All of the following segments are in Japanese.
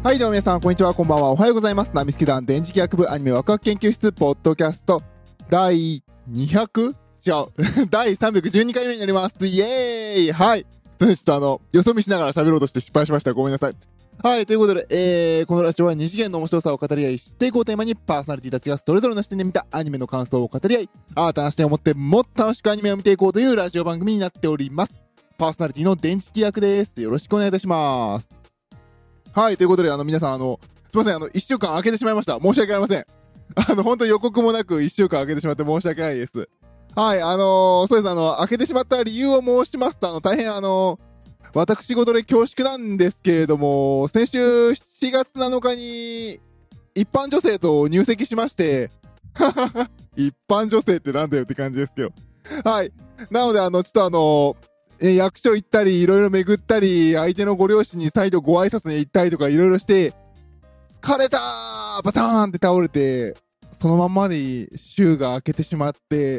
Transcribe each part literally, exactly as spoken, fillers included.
はいどうも皆さんこんにちは、こんばんは、おはようございます。ナミスケ団電磁気学部アニメワクワク研究室ポッドキャストだいにひゃくじゃあだいさんびゃくじゅうにかいめになります。イエーイ。はい、ちょっとあのよそ見しながら喋ろうとして失敗しました。ごめんなさい。はい、ということで、えー、このラジオは二次元の面白さを語り合い知っていこうテーマに、パーソナリティたちがそれぞれの視点で見たアニメの感想を語り合い、新たな視点を持ってもっと楽しくアニメを見ていこうというラジオ番組になっております。パーソナリティの電磁気役です。よろしくお願いいたします。はい、ということで、あの皆さん、あのすいません、あのいっしゅうかん空けてしまいました。申し訳ありません。あの本当予告もなくいっしゅうかん空けてしまって申し訳ないです。はい、あのー、そうです。あの空けてしまった理由を申しますと、あの大変あのー、私事で恐縮なんですけれども、先週しちがつなのかに一般女性と入籍しまして一般女性ってなんだよって感じですけど、はい、なのであのちょっとあのー、役所行ったりいろいろ巡ったり、相手のご両親に再度ご挨拶に行ったりとかいろいろして疲れたーバターンって倒れて、そのまんまに週が明けてしまって、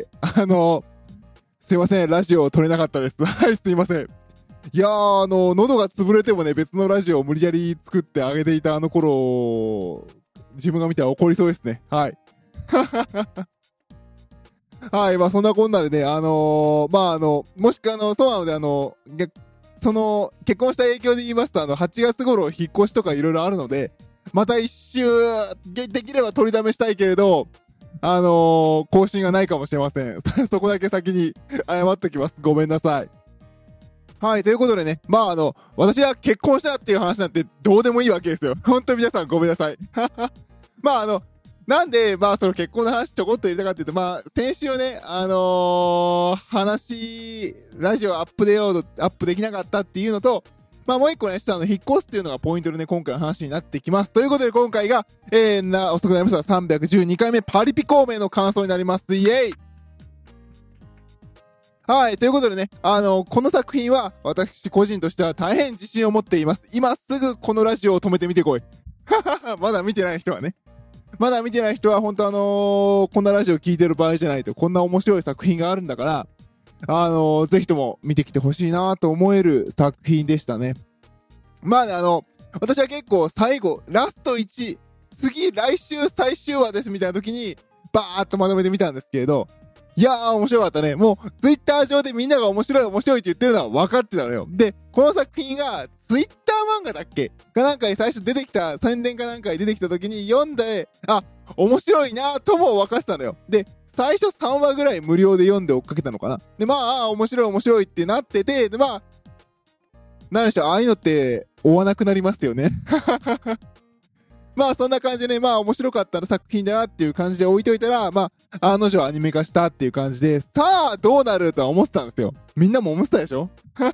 あのすいません、ラジオを撮れなかったです。はいすいません。いやー、あの喉が潰れてもね、別のラジオを無理やり作ってあげていたあの頃、自分が見たら怒りそうですね。はいはい、まあそんなこんなでね、あのー、まああのもしくはあのそうなので、あのその結婚した影響で言いますと、あのはちがつ頃引っ越しとかいろいろあるので、また一周できれば取りだめしたいけれど、あのー、更新がないかもしれません。そこだけ先に謝っておきます。ごめんなさい。はい、ということでね、まああの私は結婚したっていう話なんてどうでもいいわけですよ。本当に皆さんごめんなさい。まああのなんでまあその結婚の話ちょこっと入れたかっていうと、まあ先週ね、あのー、話ラジオアップデートアップできなかったっていうのと、まあもう一個ね、ちょっとあの引っ越すっていうのがポイントでね、今回の話になってきます。ということで今回が、えー、な遅くなりましたさんびゃくじゅうにかいめパリピ孔明の感想になります。イエーイ。はい、ということでね、あのこの作品は私個人としては大変自信を持っています。今すぐこのラジオを止めてみてこい。まだ見てない人はね。まだ見てない人は本当あのー、こんなラジオ聞いてる場合じゃないと、こんな面白い作品があるんだから、あのー、ぜひとも見てきてほしいなと思える作品でしたね。まあね、あの私は結構最後ラストいち、次来週最終話ですみたいな時にバーッとまとめてみたんですけれど、いやー面白かったね。もうツイッター上でみんなが面白い面白いって言ってるのは分かってたのよ。でこの作品がツイッター漫画だっけかなんかに最初出てきた、宣伝かなんかに出てきた時に読んで、あ面白いなとも分かってたのよ。で最初さんわぐらい無料で読んで追っかけたのかな。でまああ面白い面白いってなってて、でまあ何でしょう、ああいうのって追わなくなりますよね。まあそんな感じでね、まあ面白かった作品だなっていう感じで置いといたら、まあ案の定アニメ化したっていう感じで、さあどうなるとは思ってたんですよ。みんなも思ってたでしょ。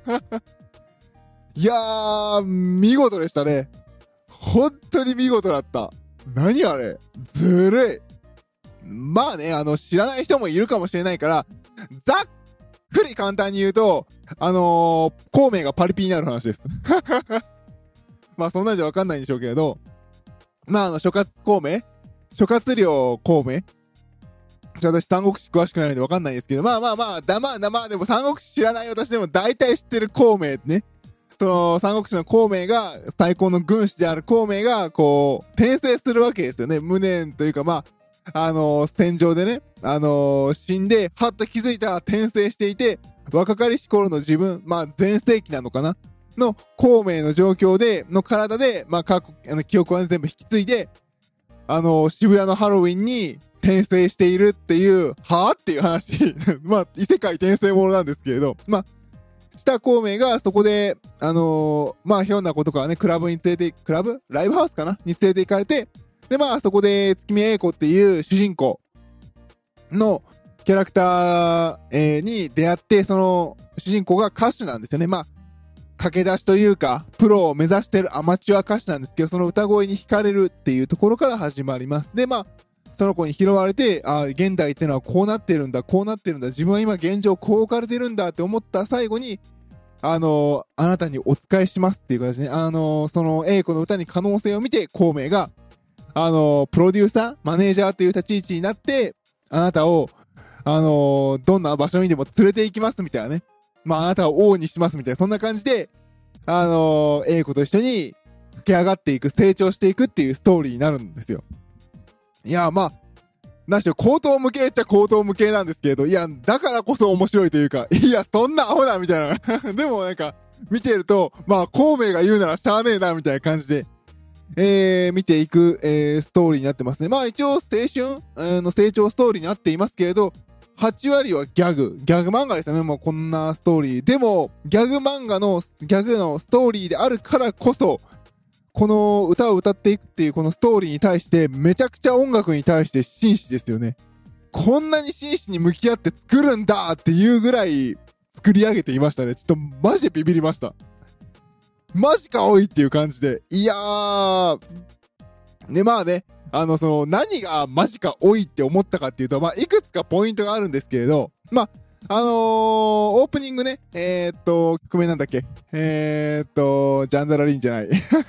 いやー見事でしたね。本当に見事だった。何あれずるい。まあね、あの知らない人もいるかもしれないから、ざっくり簡単に言うと、あのー、孔明がパリピになる話です。まあそんなんじゃわかんないんでしょうけれど、まああの諸葛孔明諸葛亮孔明、ちょ私三国志詳しくないのでわかんないですけど、まあまあまあだまあだまあでも三国志知らない私でも大体知ってる孔明ね。その三国志の孔明が最高の軍師である孔明がこう転生するわけですよね。無念というか、まああのー、戦場でね、あのー、死んではっと気づいたら転生していて、若かりし頃の自分、まあ前世紀なのかなの孔明の状況での体で、まあ過去あの記憶は、ね、全部引き継いで、あのー、渋谷のハロウィンに転生しているっていう、はぁっていう話。まあ異世界転生ものなんですけれど、まあした孔明がそこであのー、まあひょんなことからね、クラブに連れて、クラブライブハウスかなに連れて行かれて、でまあそこで月見英子っていう主人公のキャラクター、えー、に出会って、その主人公が歌手なんですよね。まあ駆け出しというかプロを目指してるアマチュア歌手なんですけど、その歌声に惹かれるっていうところから始まります。でまあその子に拾われて、あ現代ってのはこうなってるんだこうなってるんだ、自分は今現状こう置かれてるんだって思った最後に、あのー、あなたにお仕えしますっていう形で、ね、あのー、その英子の歌に可能性を見て孔明があのー、プロデューサーマネージャーという立ち位置になって、あなたをあのー、どんな場所にでも連れて行きますみたいなね、まああなたを王にしますみたいな、そんな感じであのー、英子と一緒に駆け上がっていく、成長していくっていうストーリーになるんですよ。いや、まあ、何しろ高等無形っちゃ高等無形なんですけれど、いや、だからこそ面白いというか、いや、そんなアホだみたいな。でもなんか、見てると、まあ、孔明が言うならしゃあねえな、みたいな感じで、えー、見ていく、えー、ストーリーになってますね。まあ一応青春、えー、の成長ストーリーになっていますけれど、はち割はギャグ。ギャグ漫画ですよね。もうこんなストーリー。でも、ギャグ漫画の、ギャグのストーリーであるからこそ、この歌を歌っていくっていうこのストーリーに対して、めちゃくちゃ音楽に対して真摯ですよね。こんなに真摯に向き合って作るんだっていうぐらい作り上げていましたね。ちょっとマジでビビりました。マジかおいっていう感じで。いやー。ね、まあね。あの、その、何がマジかおいって思ったかっていうと、まあ、いくつかポイントがあるんですけれど、まあ、あのー、オープニングね、えー、っと、曲名なんだっけえー、っと、ジャンダラリンじゃない。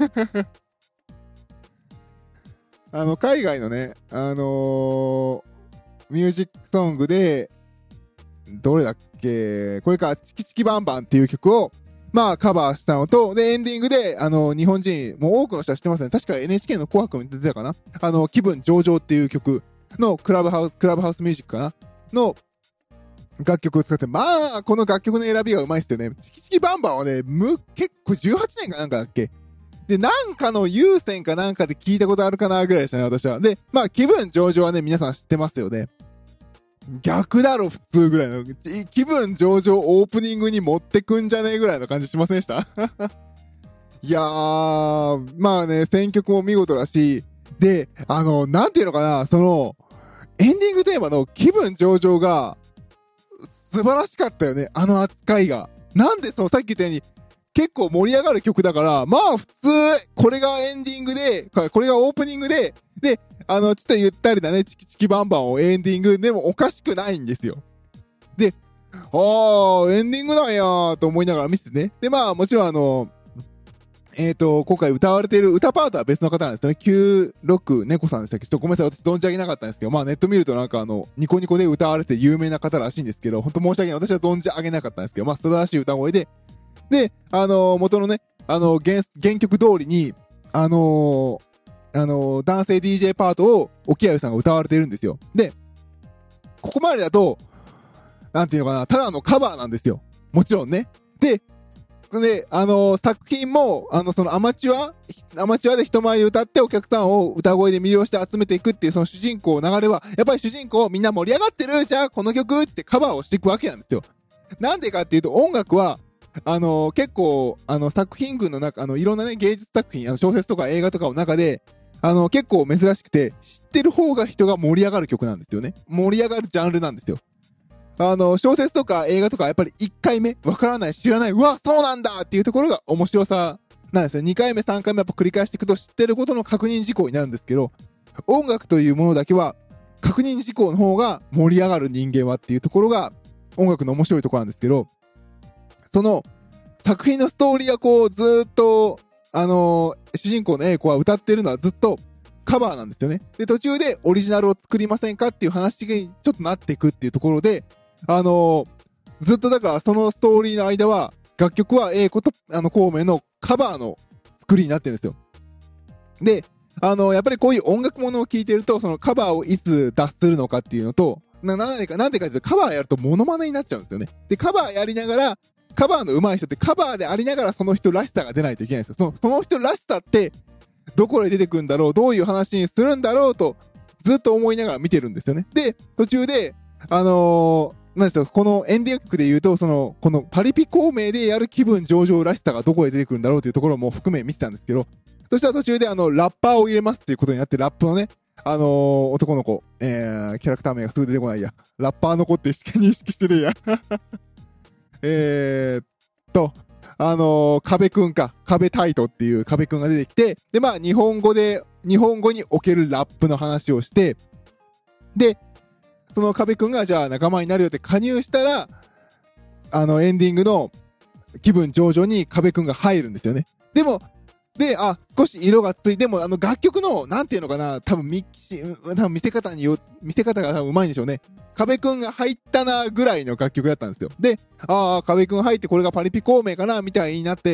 あの、海外のね、あのー、ミュージックソングで、どれだっけこれか、チキチキバンバンっていう曲を、まあ、カバーしたのと、で、エンディングで、あの、日本人、もう多くの人は知ってますね。確か エヌエイチケー の紅白に出てたかなあの、気分上々っていう曲のクラブハウス、クラブハウスミュージックかなの楽曲を使って、まあ、この楽曲の選びがうまいっすよね。チキチキバンバンはね、む、結構じゅうはちねんかなんかだっけで、なんかの有線かなんかで聞いたことあるかなぐらいでしたね、私は。で、まあ、気分上々はね、皆さん知ってますよね。逆だろ普通ぐらいの気分上々オープニングに持ってくんじゃねえぐらいの感じしませんでしたいやーまあね選曲も見事だしであのなんていうのかなそのエンディングテーマの気分上々が素晴らしかったよねあの扱いがなんでそのさっき言ったように結構盛り上がる曲だからまあ普通これがエンディングでこれがオープニングでであの、ちょっとゆったりだね、チキチキバンバンをエンディングでもおかしくないんですよ。で、あー、エンディングなんやーと思いながら見せてね。で、まあ、もちろんあの、えっと、今回歌われている歌パートは別の方なんですよね。きゅうろく猫さんでしたっけちょっとごめんなさい、私存じ上げなかったんですけど、まあネット見るとなんかあの、ニコニコで歌われて有名な方らしいんですけど、本当申し訳ない。私は存じ上げなかったんですけど、まあ素晴らしい歌声で、で、あのー、元のね、あのー、原、原曲通りに、あのー、あのー、男性 ディージェー パートを沖合さんが歌われてるんですよ。で、ここまでだと、なんていうのかな、ただのカバーなんですよ。もちろんね。で、で、あのー、作品も、あの、そのアマチュア、アマチュアで人前で歌ってお客さんを歌声で魅了して集めていくっていうその主人公の流れは、やっぱり主人公みんな盛り上がってるじゃあこの曲ってってカバーをしていくわけなんですよ。なんでかっていうと音楽は、あのー、結構、あの、作品群の中、あの、いろんなね、芸術作品、あの、小説とか映画とかの中で、あの、結構珍しくて、知ってる方が人が盛り上がる曲なんですよね。盛り上がるジャンルなんですよ。あの、小説とか映画とか、やっぱりいっかいめ、わからない、知らない、うわ、そうなんだっていうところが面白さなんですよ。にかいめ、さんかいめやっぱ繰り返していくと知ってることの確認事項になるんですけど、音楽というものだけは、確認事項の方が盛り上がる人間はっていうところが、音楽の面白いところなんですけど、その、作品のストーリーがこう、ずーっと、あのー、主人公の A 子は歌ってるのはずっとカバーなんですよね。で、途中でオリジナルを作りませんかっていう話にちょっとなっていくっていうところで、あのー、ずっとだからそのストーリーの間は、楽曲は A 子と、あの、孔明のカバーの作りになってるんですよ。で、あのー、やっぱりこういう音楽ものを聴いてると、そのカバーをいつ脱するのかっていうのと、な、なんでか、なんでかっていうとカバーやるとモノマネになっちゃうんですよね。で、カバーやりながら、カバーの上手い人ってカバーでありながらその人らしさが出ないといけないんですよ。その、その人らしさってどこで出てくるんだろうどういう話にするんだろうとずっと思いながら見てるんですよね。で、途中で、あのー、なんですよ、このエンディング曲で言うと、その、このパリピ孔明でやる気分上々らしさがどこで出てくるんだろうというところも含め見てたんですけど、そしたら途中であの、ラッパーを入れますっていうことになって、ラップのね、あのー、男の子、えー、キャラクター名がすぐ出てこないや。ラッパーの子って意識認識してねえや。えーっと、あのー、壁くんか、壁タイトっていう壁くんが出てきて、で、まあ、日本語で、日本語におけるラップの話をして、で、その壁くんがじゃあ仲間になるよって加入したら、あの、エンディングの気分上々に壁くんが入るんですよね。でも、で、あ、少し色がついて、でもあの楽曲の、なんていうのかな、多分ミキシ、多分見せ方によ、見せ方が多分上手いんでしょうね。壁くんが入ったなぐらいの楽曲だったんですよ。で、ああ、壁くん入ってこれがパリピ孔明かなみたいになって、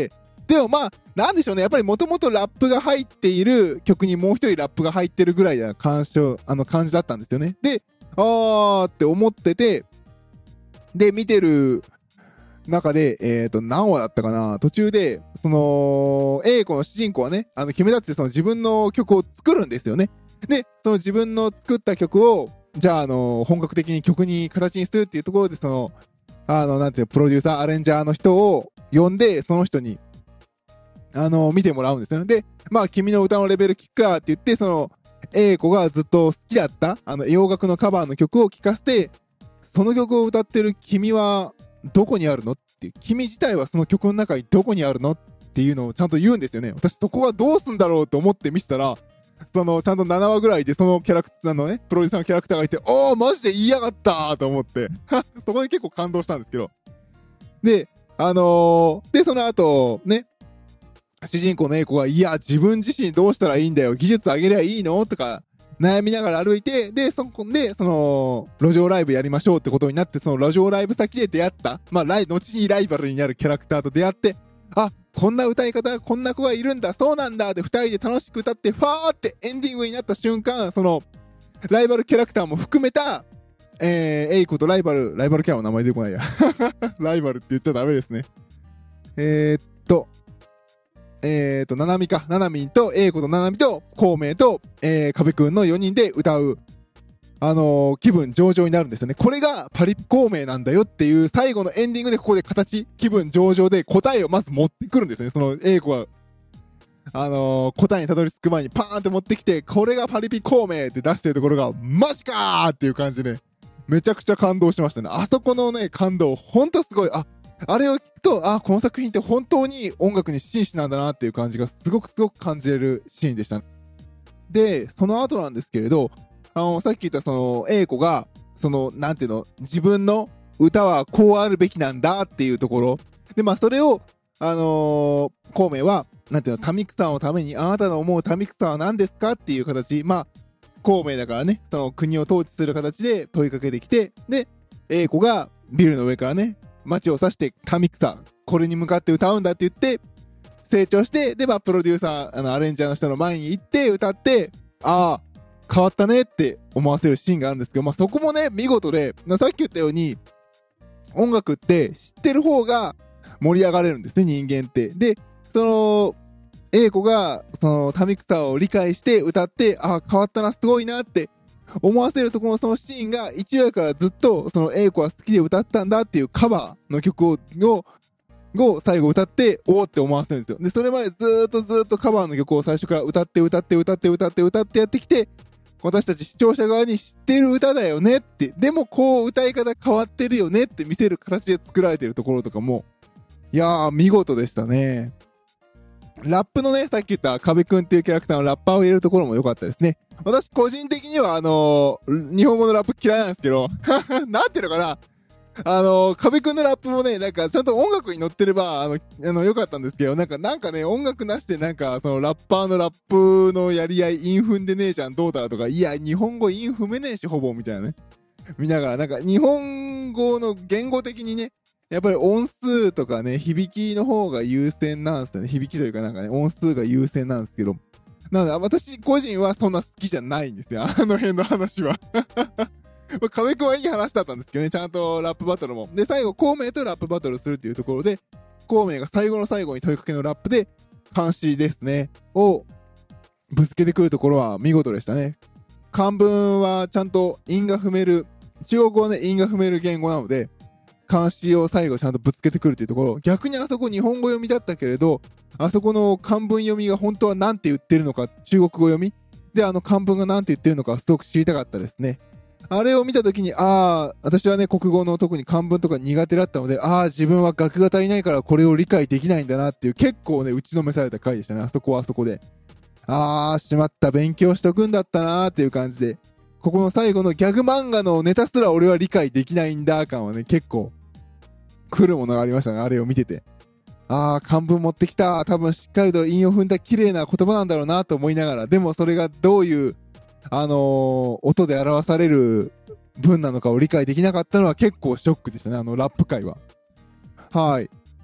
でもまあ、なんでしょうね。やっぱりもともとラップが入っている曲にもう一人ラップが入ってるぐらいな感傷、あの感じだったんですよね。で、あーって思ってて、で、見てる中で、えっと、何話だったかな、途中で、その、A 子の主人公はね、あの、決めたってその自分の曲を作るんですよね。で、その自分の作った曲を、じゃあ、あの、本格的に曲に形にするっていうところで、その、あの、なんていうプロデューサー、アレンジャーの人を呼んで、その人に、あの、見てもらうんですよね。で、まあ、君の歌のレベル聞くかって言って、その、A 子がずっと好きだった、あの、洋楽のカバーの曲を聴かせて、その曲を歌ってる君はどこにあるのっていう、君自体はその曲の中にどこにあるのっていうのをちゃんと言うんですよね。私そこはどうすんだろうと思って見てたら、その、ちゃんとななわぐらいでそのキャラクターのね、プロデューサーのキャラクターがいて、おー、マジで言いやがったーと思って、そこで結構感動したんですけど。で、あのー、で、その後、ね、主人公の A 子が、いや、自分自身どうしたらいいんだよ、技術上げりゃいいのとか、悩みながら歩いて、で、そこで、その、路上ライブやりましょうってことになって、その路上ライブ先で出会った、まあ、ライ、後にライバルになるキャラクターと出会って、あ、こんな歌い方、こんな子がいるんだ、そうなんだ、で、二人で楽しく歌って、ファーってエンディングになった瞬間、その、ライバルキャラクターも含めた、えー、エイコとライバル、ライバルキャラの名前出てこないや。ライバルって言っちゃダメですね。えー、っと、えーと、ななみか。ななみんと、A 子とななみと、孔明と、えー、壁くんのよにんで歌う、あのー、気分上々になるんですよね。これがパリピ孔明なんだよっていう、最後のエンディングでここで形、気分上々で答えをまず持ってくるんですよね。その A 子は、あのー、答えにたどり着く前にパーンって持ってきて、これがパリピ孔明って出してるところが、マジかーっていう感じで、ね、めちゃくちゃ感動しましたね。あそこのね、感動、ほんとすごい、あ、あれを聞くと、あ、この作品って本当に音楽に真摯なんだなっていう感じがすごくすごく感じれるシーンでした。で、その後なんですけれど、あの、さっき言ったその、A 子が、その、なんていうの、自分の歌はこうあるべきなんだっていうところ。で、まあ、それを、あのー、孔明は、なんていうの、民草のために、あなたの思う民草は何ですかっていう形、まあ、孔明だからね、その国を統治する形で問いかけてきて、で、A 子がビルの上からね、街を指して民草、これに向かって歌うんだって言って成長して、でまあプロデューサー、あのアレンジャーの人の前に行って歌って、ああ変わったねって思わせるシーンがあるんですけど、まあそこもね見事で、さっき言ったように音楽って知ってる方が盛り上がれるんですね、人間って。でその A 子がその民草を理解して歌って、ああ変わったな、すごいなって思わせるところのそのシーンがいちわからずっとその A 子は好きで歌ったんだっていうカバーの曲をを最後歌っておーって思わせるんですよ。でそれまでずーっとずーっとカバーの曲を最初から歌って歌って歌って歌って歌ってやってきて、私たち視聴者側に知ってる歌だよねって、でもこう歌い方変わってるよねって見せる形で作られてるところとかも、いやー見事でしたね。ラップのね、さっき言った壁くんっていうキャラクターのラッパーを入れるところも良かったですね。私個人的にはあのー、日本語のラップ嫌いなんですけどなんていうのかな、あのー、壁くんのラップもね、なんかちゃんと音楽に乗ってればあのあの良かったんですけど、なんかなんかね、音楽なしでなんかそのラッパーのラップのやり合い、韻踏んでねえじゃんどうだらとか、いや日本語韻踏めねえしほぼみたいなね、見ながらなんか日本語の言語的にね、やっぱり音数とかね、響きの方が優先なんですよね。響きというかなんかね、音数が優先なんですけど。なので、私個人はそんな好きじゃないんですよ。あの辺の話は。亀くんはいい話だったんですけどね、ちゃんとラップバトルも。で、最後、孔明とラップバトルするっていうところで、孔明が最後の最後に問いかけのラップで、監視ですね、をぶつけてくるところは見事でしたね。漢文はちゃんと韻が踏める、中国語はね、韻が踏める言語なので、漢詩を最後ちゃんとぶつけてくるっていうところ、逆にあそこ日本語読みだったけれど、あそこの漢文読みが本当は何て言ってるのか、中国語読みであの漢文が何て言ってるのかすごく知りたかったですね。あれを見たときに、ああ、私はね、国語の特に漢文とか苦手だったので、ああ、自分は学が足りないからこれを理解できないんだなっていう、結構ね、打ちのめされた回でしたね。あそこはあそこで。ああ、しまった、勉強しとくんだったなーっていう感じで、ここの最後のギャグ漫画のネタすら俺は理解できないんだ感はね、結構来るものがありましたね、あれを見てて。ああ、漢文持ってきた。多分しっかりと韻を踏んだ綺麗な言葉なんだろうなと思いながら、でもそれがどういう、あのー、音で表される文なのかを理解できなかったのは結構ショックでしたね、あのラップ界は。はい。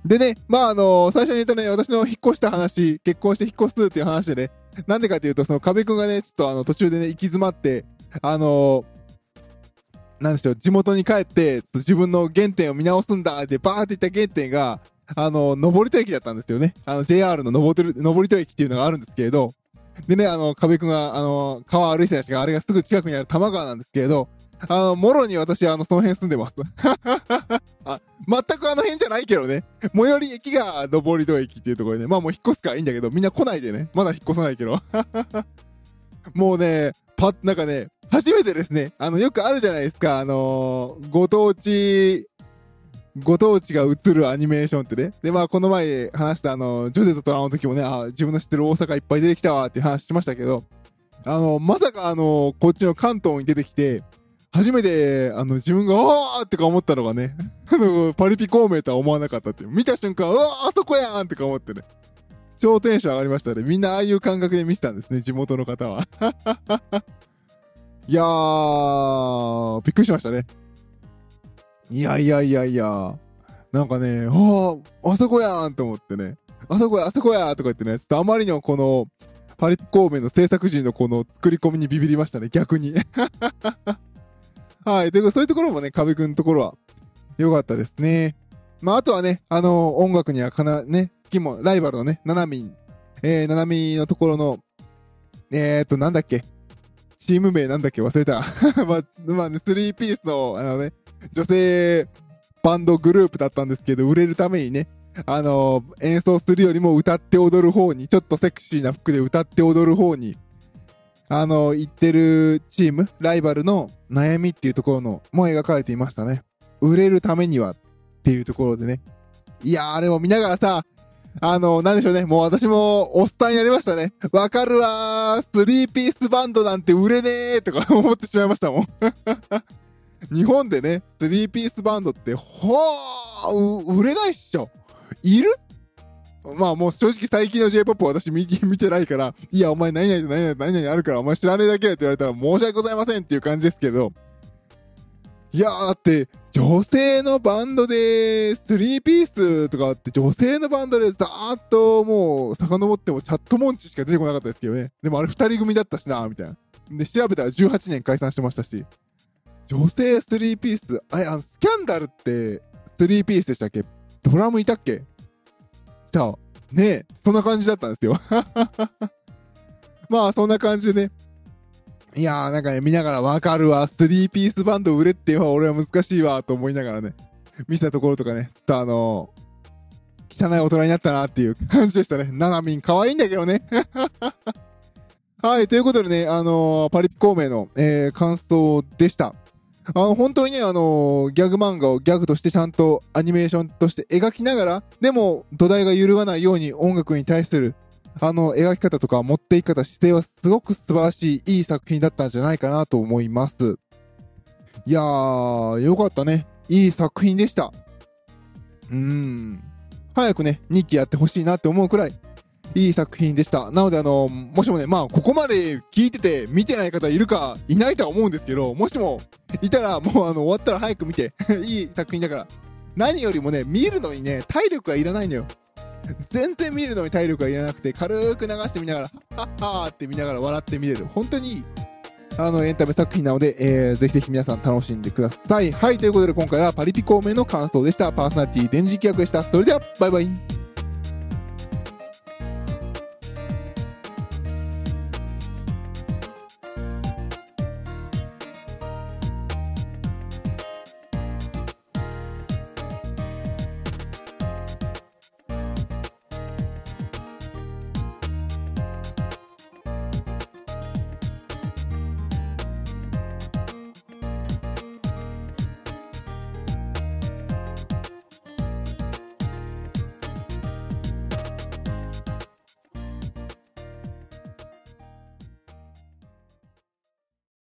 でね、まああのー、最初に言ったね、私の引っ越した話、結婚して引っ越すっていう話でね、なんでかっていうと、その壁くんがね、ちょっとあの途中でね、行き詰まって、あのー、なんでしょう、地元に帰って、自分の原点を見直すんだって、バーって言った原点が、あの、登戸駅だったんですよね。あの、ジェイアール の登戸、登戸駅っていうのがあるんですけれど、でね、あの、壁くんが、あの、川歩いてたしが、あれがすぐ近くにある多摩川なんですけれど、あの、もろに私、あの、その辺住んでます。あ、全くあの辺じゃないけどね。最寄り駅が登戸駅っていうところでね、まあもう引っ越すからいいんだけど、みんな来ないでね。まだ引っ越さないけど。もうね、パッ、なんかね、初めてですね、あの、よくあるじゃないですか、あのー、ご当地、ご当地が映るアニメーションってね。で、まあ、この前話したあの、ジョゼとトラの時もね、あ、自分の知ってる大阪いっぱい出てきたわっていう話しましたけど、あの、まさかあの、こっちの関東に出てきて、初めて、あの、自分が、あーってか思ったのがね、あの、パリピ孔明とは思わなかったっていう。見た瞬間、うわー、あそこやんってか思ってね。超テンション上がりましたね。みんなああいう感覚で見てたんですね、地元の方は。いやー、びっくりしましたね。いやいやいやいや、なんかね、ああ、あそこやんと思ってね、あそこや、あそこやとか言ってね、ちょっとあまりにもこの、パリピ孔明の制作陣のこの作り込みにビビりましたね、逆に。はい、ということで、そういうところもね、壁くんのところは、良かったですね。まあ、あとはね、あのー、音楽にはかな、ね、月も、ライバルのね、ななみん、えー、ななみのところの、えーと、なんだっけ、チーム名なんだっけ忘れた。まあ、まあね、スリーピースの、あのね、女性バンドグループだったんですけど、売れるためにね、あのー、演奏するよりも歌って踊る方に、ちょっとセクシーな服で歌って踊る方に、あのー、行ってるチーム、ライバルの悩みっていうところの、も描かれていましたね。売れるためにはっていうところでね。いやー、あれも見ながらさ、あのー、なんでしょうね。もう私もおっさんやりましたね。わかるわー。スリーピースバンドなんて売れねーとか思ってしまいましたもん。日本でね、スリーピースバンドって、ほー、売れないっしょ。いる？まあもう正直最近の J-ポップ 私見て、見てないから、いやお前何々と何々と何々あるからお前知らねえだけだって言われたら申し訳ございませんっていう感じですけど、いやーだって、女性のバンドで、スリーピースとかって女性のバンドでざーっともう遡ってもチャットモンチしか出てこなかったですけどね。でもあれ二人組だったしなみたいな。で、調べたらじゅうはちねん解散してましたし。女性スリーピース、あれ、あの、スキャンダルってスリーピースでしたっけ？ドラムいたっけ？じゃあ、ねえ、そんな感じだったんですよ。まあ、そんな感じでね。いやーなんかね、見ながらわかるわ。スリーピースバンド売れっていうのは俺は難しいわと思いながらね、見せたところとかね、ちょっとあのー、汚い大人になったなっていう感じでしたね。ななみん可愛いんだけどね。はい、ということでね、あのー、パリピ孔明の、えー、感想でした。あの、本当にね、あのー、ギャグ漫画をギャグとしてちゃんとアニメーションとして描きながら、でも土台が揺るがないように音楽に対するあの、描き方とか持っていき方、姿勢はすごく素晴らしい、いい作品だったんじゃないかなと思います。いやー、よかったね。いい作品でした。うーん。早くね、にきやってほしいなって思うくらい、いい作品でした。なので、あの、もしもね、まあ、ここまで聞いてて、見てない方いるか、いないとは思うんですけど、もしも、いたら、もう、あの、終わったら早く見て、いい作品だから。何よりもね、見るのにね、体力がいらないのよ。全然見るのに体力がいらなくて、軽く流してみながら、はっはーって見ながら笑って見れる。本当にいい、あの、エンタメ作品なので、えー、ぜひぜひ皆さん楽しんでください。はい、ということで今回はパリピ孔明の感想でした。パーソナリティ電磁気役でした。それでは、バイバイ。